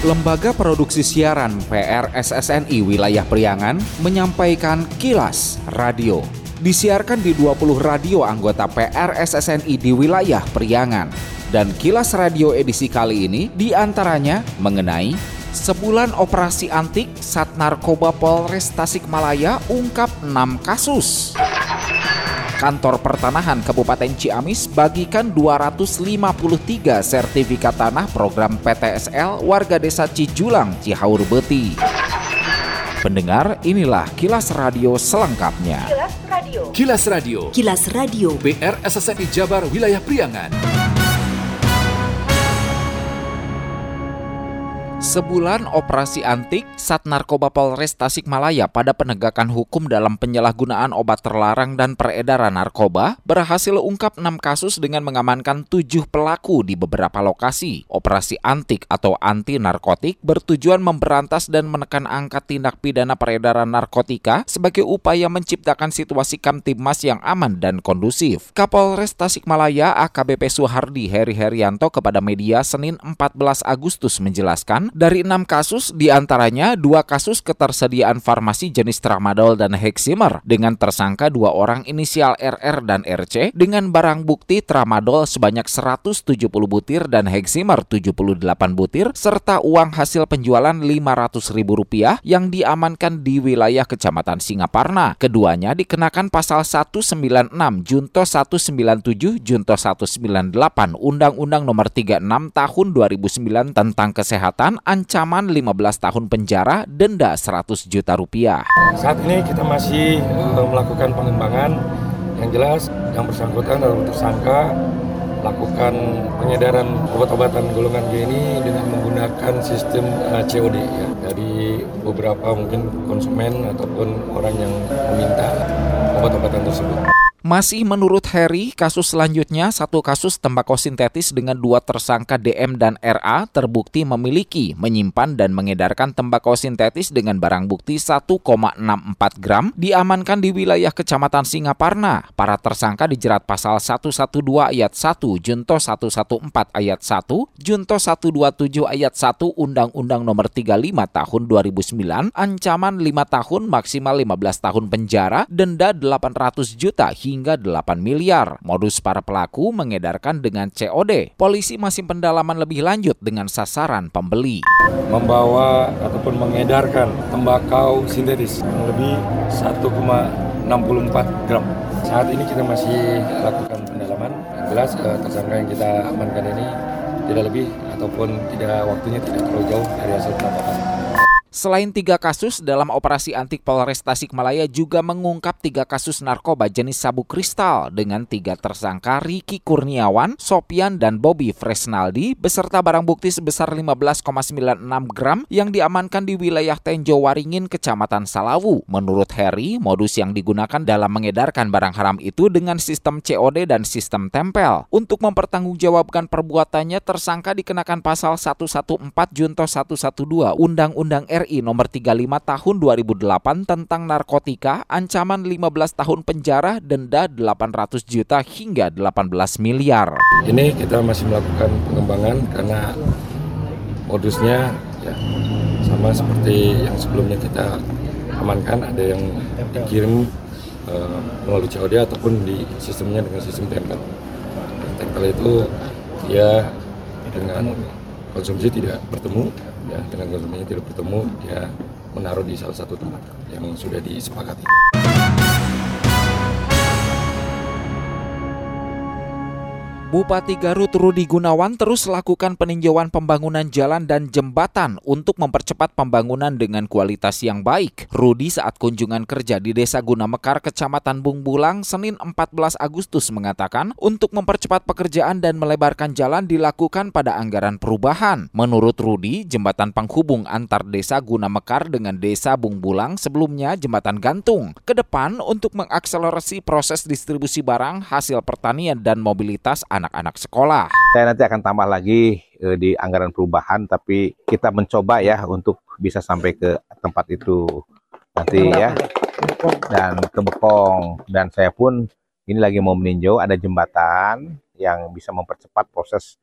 Lembaga Produksi Siaran PRSSNI Wilayah Priangan menyampaikan Kilas Radio. Disiarkan di 20 radio anggota PRSSNI di wilayah Priangan. Dan Kilas Radio edisi kali ini diantaranya mengenai sebulan operasi antik Sat Narkoba Polres Tasikmalaya ungkap 6 kasus. Kantor Pertanahan Kabupaten Ciamis bagikan 253 sertifikat tanah program PTSL warga desa Cijulang, Cihaur Beuti. Pendengar, inilah Kilas Radio selengkapnya. Kilas Radio. Kilas Radio. Kilas Radio. PRSSNI Jabar Wilayah Priangan. Sebulan operasi antik Sat Narkoba Polres Tasikmalaya pada penegakan hukum dalam penyalahgunaan obat terlarang dan peredaran narkoba berhasil ungkap 6 kasus dengan mengamankan 7 pelaku di beberapa lokasi. Operasi antik atau anti narkotik bertujuan memberantas dan menekan angka tindak pidana peredaran narkotika sebagai upaya menciptakan situasi Kamtibmas yang aman dan kondusif. Kapolres Tasikmalaya AKBP Suhardi Heri Herianto kepada media Senin 14 Agustus menjelaskan, dari 6 kasus, diantaranya 2 kasus ketersediaan farmasi jenis tramadol dan heximer dengan tersangka 2 orang inisial RR dan RC dengan barang bukti tramadol sebanyak 170 butir dan heximer 78 butir serta uang hasil penjualan Rp500.000 yang diamankan di wilayah Kecamatan Singaparna. Keduanya dikenakan pasal 196 Junto 197 Junto 198 Undang-Undang Nomor 36 Tahun 2009 tentang Kesehatan, ancaman 15 tahun penjara, denda Rp100 juta. Saat ini kita masih melakukan pengembangan. Yang jelas yang bersangkutan atau tersangka melakukan pengedaran obat-obatan golongan G ini dengan menggunakan sistem COD ya, dari beberapa mungkin konsumen ataupun orang yang meminta obat-obatan tersebut. Masih menurut Heri, kasus selanjutnya 1 kasus tembakau sintetis dengan 2 tersangka DM dan RA terbukti memiliki, menyimpan dan mengedarkan tembakau sintetis dengan barang bukti 1,64 gram diamankan di wilayah Kecamatan Singaparna. Para tersangka dijerat pasal 112 ayat 1, Junto 114 ayat 1, Junto 127 ayat 1 Undang-Undang Nomor 35 Tahun 2009, ancaman 5 tahun maksimal 15 tahun penjara, denda Rp800 juta hingga 8 miliar. Modus para pelaku mengedarkan dengan COD. Polisi masih pendalaman lebih lanjut dengan sasaran pembeli. Membawa ataupun mengedarkan tembakau sintetis lebih 1,64 gram. Saat ini kita masih lakukan pendalaman. Yang jelas tersangka yang kita amankan ini tidak lebih ataupun waktunya tidak terlalu jauh dari hasil penangkapan. Selain 3 kasus, dalam operasi antik Polres Tasikmalaya juga mengungkap 3 kasus narkoba jenis sabu kristal dengan 3 tersangka Riki Kurniawan, Sopian, dan Bobby Fresnaldi beserta barang bukti sebesar 15,96 gram yang diamankan di wilayah Tenjo Waringin, Kecamatan Salawu. Menurut Heri, modus yang digunakan dalam mengedarkan barang haram itu dengan sistem COD dan sistem tempel. Untuk mempertanggungjawabkan perbuatannya, tersangka dikenakan pasal 114 Junto 112 Undang-Undang RI Nomor 35 Tahun 2008 tentang narkotika, ancaman 15 tahun penjara, denda Rp800 juta hingga 18 miliar. Ini kita masih melakukan pengembangan karena modusnya ya, sama seperti yang sebelumnya kita amankan, ada yang dikirim melalui COD ataupun di sistemnya dengan sistem tempel. Tempel itu ya dengan konsumsi tidak bertemu. Ya, dengan konsumennya tidak bertemu, dia menaruh di salah satu tempat yang sudah disepakati. Bupati Garut Rudi Gunawan terus lakukan peninjauan pembangunan jalan dan jembatan untuk mempercepat pembangunan dengan kualitas yang baik. Rudi saat kunjungan kerja di Desa Gunamekar, Kecamatan Bungbulang, Senin 14 Agustus mengatakan untuk mempercepat pekerjaan dan melebarkan jalan dilakukan pada anggaran perubahan. Menurut Rudi, jembatan penghubung antar Desa Gunamekar dengan Desa Bungbulang sebelumnya jembatan gantung. Kedepan untuk mengakselerasi proses distribusi barang, hasil pertanian dan mobilitas anak-anak sekolah. Saya nanti akan tambah lagi di anggaran perubahan, tapi kita mencoba ya untuk bisa sampai ke tempat itu nanti ya, dan ke Bekong. Dan saya pun ini lagi mau meninjau ada jembatan yang bisa mempercepat proses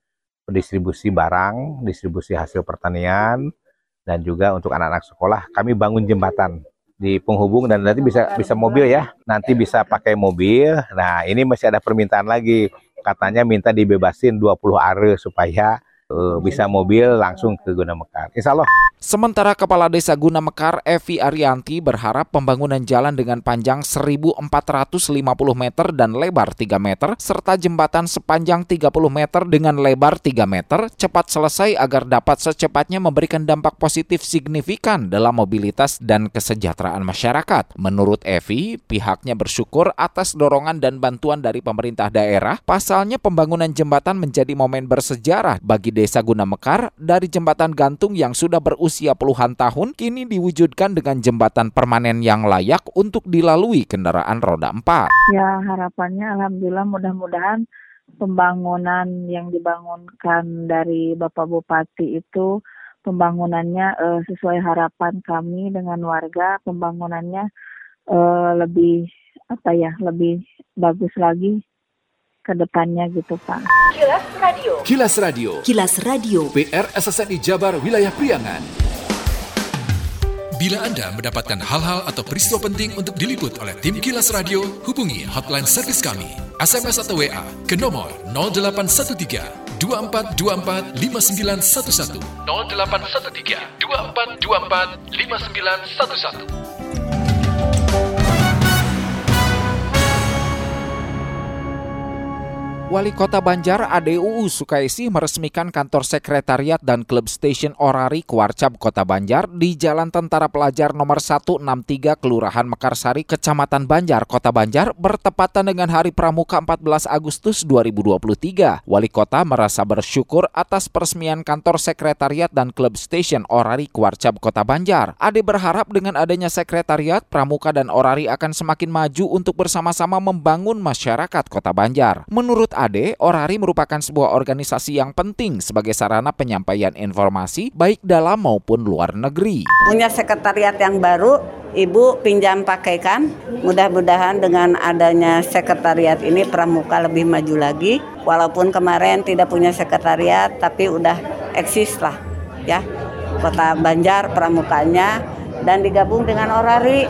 distribusi barang, distribusi hasil pertanian, dan juga untuk anak-anak sekolah kami bangun jembatan di penghubung dan nanti bisa mobil ya, nanti bisa pakai mobil. Nah ini masih ada permintaan lagi, katanya minta dibebasin 20 are supaya bisa mobil langsung ke Guna Mekar. Insya Allah. Sementara Kepala Desa Guna Mekar, Evi Arianti, berharap pembangunan jalan dengan panjang 1.450 meter dan lebar 3 meter, serta jembatan sepanjang 30 meter dengan lebar 3 meter, cepat selesai agar dapat secepatnya memberikan dampak positif signifikan dalam mobilitas dan kesejahteraan masyarakat. Menurut Evi, pihaknya bersyukur atas dorongan dan bantuan dari pemerintah daerah. Pasalnya pembangunan jembatan menjadi momen bersejarah bagi Desa Guna Mekar. Dari jembatan gantung yang sudah berusia puluhan tahun, kini diwujudkan dengan jembatan permanen yang layak untuk dilalui kendaraan roda 4. Ya, harapannya alhamdulillah mudah-mudahan pembangunan yang dibangunkan dari Bapak Bupati itu pembangunannya sesuai harapan kami dengan warga, pembangunannya lebih bagus lagi ke depannya gitu Pak. Kilas Radio. Kilas Radio. Kilas Radio. PR SSNI Jabar Wilayah Priangan. Bila Anda mendapatkan hal-hal atau peristiwa penting untuk diliput oleh tim Kilas Radio, hubungi hotline servis kami, SMS atau WA ke nomor 0813 2424 5911 0813 2424 5911. Wali Kota Banjar ADUU Sukaisi meresmikan kantor sekretariat dan klub stasiun Orari Kuarcap Kota Banjar di Jalan Tentara Pelajar nomor 163 Kelurahan Mekarsari, Kecamatan Banjar, Kota Banjar bertepatan dengan Hari Pramuka 14 Agustus 2023. Wali Kota merasa bersyukur atas peresmian kantor sekretariat dan klub stasiun Orari Kuarcap Kota Banjar. Ade berharap dengan adanya sekretariat, Pramuka dan Orari akan semakin maju untuk bersama-sama membangun masyarakat Kota Banjar. Menurut Ade, Orari merupakan sebuah organisasi yang penting sebagai sarana penyampaian informasi baik dalam maupun luar negeri. Punya sekretariat yang baru, Ibu pinjam pakaikan. Mudah-mudahan dengan adanya sekretariat ini Pramuka lebih maju lagi. Walaupun kemarin tidak punya sekretariat, tapi udah eksis lah ya. Kota Banjar Pramukanya dan digabung dengan Orari.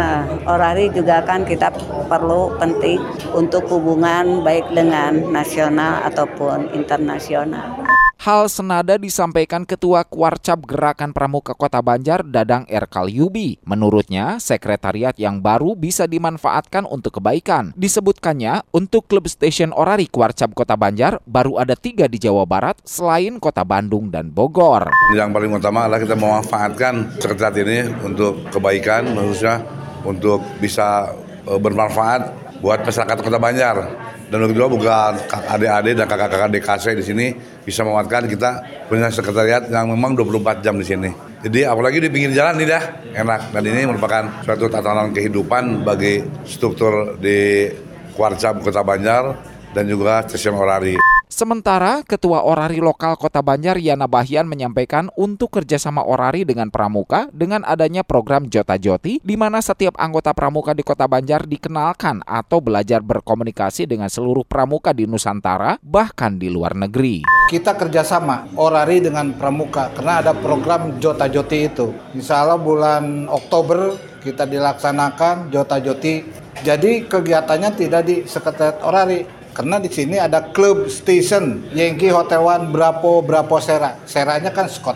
Orari juga kan kita perlu penting untuk hubungan baik dengan nasional ataupun internasional. Hal senada disampaikan Ketua Kuarcap Gerakan Pramuka Kota Banjar, Dadang Erkalyubi. Menurutnya, sekretariat yang baru bisa dimanfaatkan untuk kebaikan. Disebutkannya, untuk klub stasiun Orari Kuarcap Kota Banjar baru ada 3 di Jawa Barat selain Kota Bandung dan Bogor. Yang paling utama adalah kita memanfaatkan sekretariat ini untuk kebaikan, maksudnya untuk bisa bermanfaat buat masyarakat Kota Banjar. Dan kedua bukan adik-adik dan kakak-kakak DKC di sini bisa memanfaatkan kita punya sekretariat yang memang 24 jam di sini. Jadi apalagi di pinggir jalan nih dah enak. Dan ini merupakan suatu tatanan kehidupan bagi struktur di Kuarcap Kota Banjar dan juga stasiun Orari. Sementara Ketua Orari Lokal Kota Banjar Yana Bahyan menyampaikan untuk kerjasama Orari dengan Pramuka dengan adanya program Jota Joti di mana setiap anggota Pramuka di Kota Banjar dikenalkan atau belajar berkomunikasi dengan seluruh Pramuka di Nusantara bahkan di luar negeri. Kita kerjasama Orari dengan Pramuka karena ada program Jota Joti itu. Insya Allah bulan Oktober kita dilaksanakan Jota Joti. Jadi kegiatannya tidak di sekretariat Orari. Karena di sini ada klub station Yankee Hotel One Bravo Sera. Seranya kan Scott.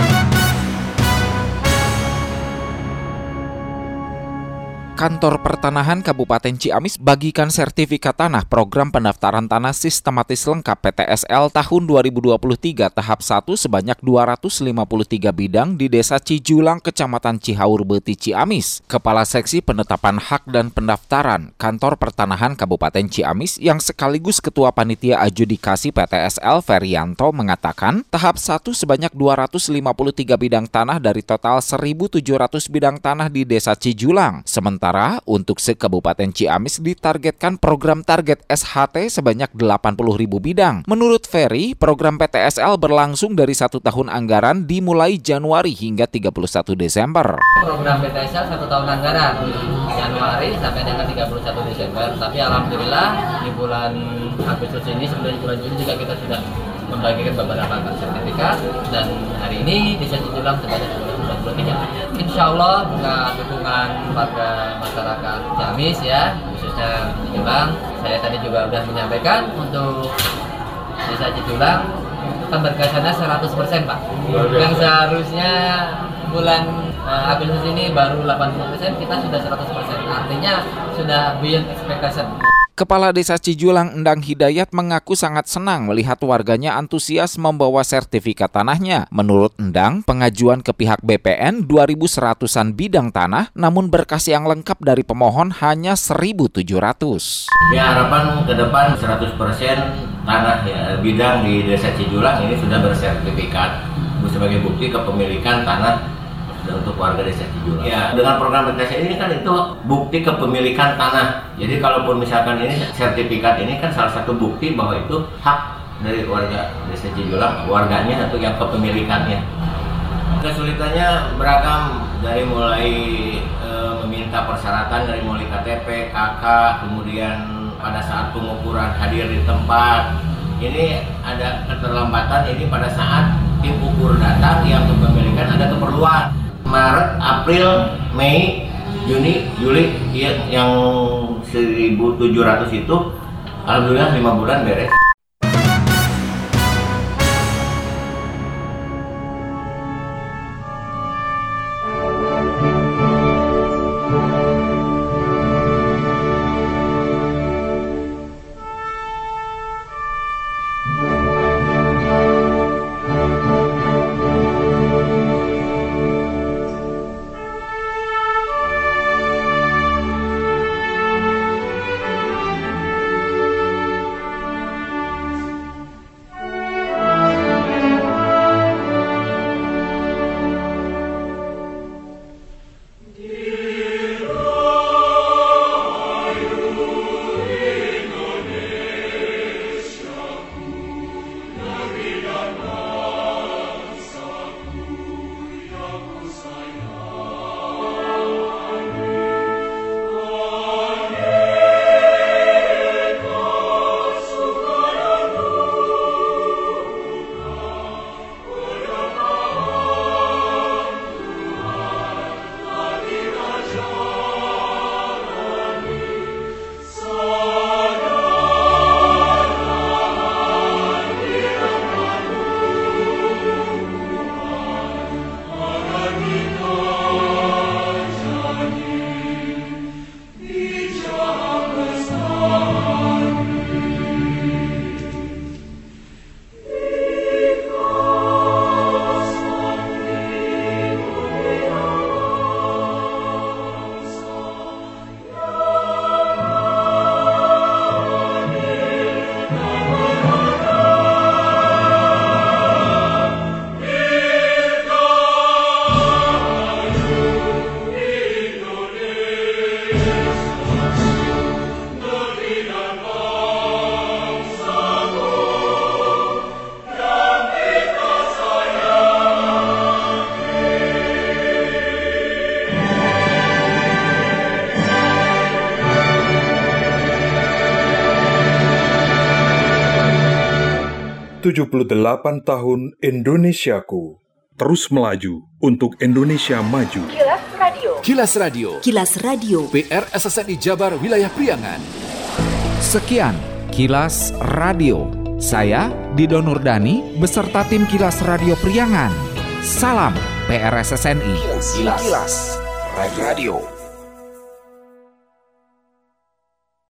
Kantor Pertanahan Kabupaten Ciamis bagikan sertifikat tanah program pendaftaran tanah sistematis lengkap PTSL tahun 2023 tahap 1 sebanyak 253 bidang di Desa Cijulang, Kecamatan Cihaur Beuti, Ciamis. Kepala Seksi Penetapan Hak dan Pendaftaran Kantor Pertanahan Kabupaten Ciamis yang sekaligus Ketua Panitia Adjudikasi PTSL Ferianto mengatakan tahap 1 sebanyak 253 bidang tanah dari total 1.700 bidang tanah di Desa Cijulang. Sementara untuk se-Kabupaten Ciamis ditargetkan program target SHT sebanyak 80.000 bidang. Menurut Ferry, program PTSL berlangsung dari 1 tahun anggaran dimulai Januari hingga 31 Desember. Program PTSL 1 tahun anggaran, Januari sampai dengan 31 Desember. Tapi alhamdulillah di bulan Agustus ini, sebelum bulan Juli juga kita sudah membagikan beberapa sertifikat, dan hari ini Desa Cijulang sebanyak 293. Insya Allah dengan dukungan warga masyarakat Ciamis ya, khususnya Cijulang, saya tadi juga sudah menyampaikan untuk Desa Cijulang pemberkasannya 100% Pak. Yang seharusnya bulan Agustus ini baru 80%, kita sudah 100%. Artinya sudah beyond expectation. Kepala Desa Cijulang Endang Hidayat mengaku sangat senang melihat warganya antusias membawa sertifikat tanahnya. Menurut Endang, pengajuan ke pihak BPN 2.100-an bidang tanah, namun berkas yang lengkap dari pemohon hanya 1.700. Ya, harapan ke depan 100% tanah ya, bidang di Desa Cijulang ini sudah bersertifikat sebagai bukti kepemilikan tanah untuk warga Desa Cijulang. Ya, dengan program BTS ini kan itu bukti kepemilikan tanah. Jadi kalaupun misalkan ini sertifikat ini kan salah satu bukti bahwa itu hak dari warga Desa Cijulang, warganya atau yang kepemilikannya. Kesulitannya beragam, dari mulai meminta persyaratan dari mulai KTP, KK, kemudian pada saat pengukuran hadir di tempat. Ini ada keterlambatan ini pada saat tim ukur datang yang kepemilikan ada keperluan. Maret, April, Mei, Juni, Juli yang 1.700 itu alhamdulillah 5 bulan beres. ...78 tahun Indonesiaku, terus melaju untuk Indonesia maju. Kilas Radio. Kilas Radio. Kilas Radio. PR SSNI Jabar Wilayah Priangan. Sekian Kilas Radio. Saya Dido Nurdani beserta tim Kilas Radio Priangan. Salam PR SSNI. Kilas Radio.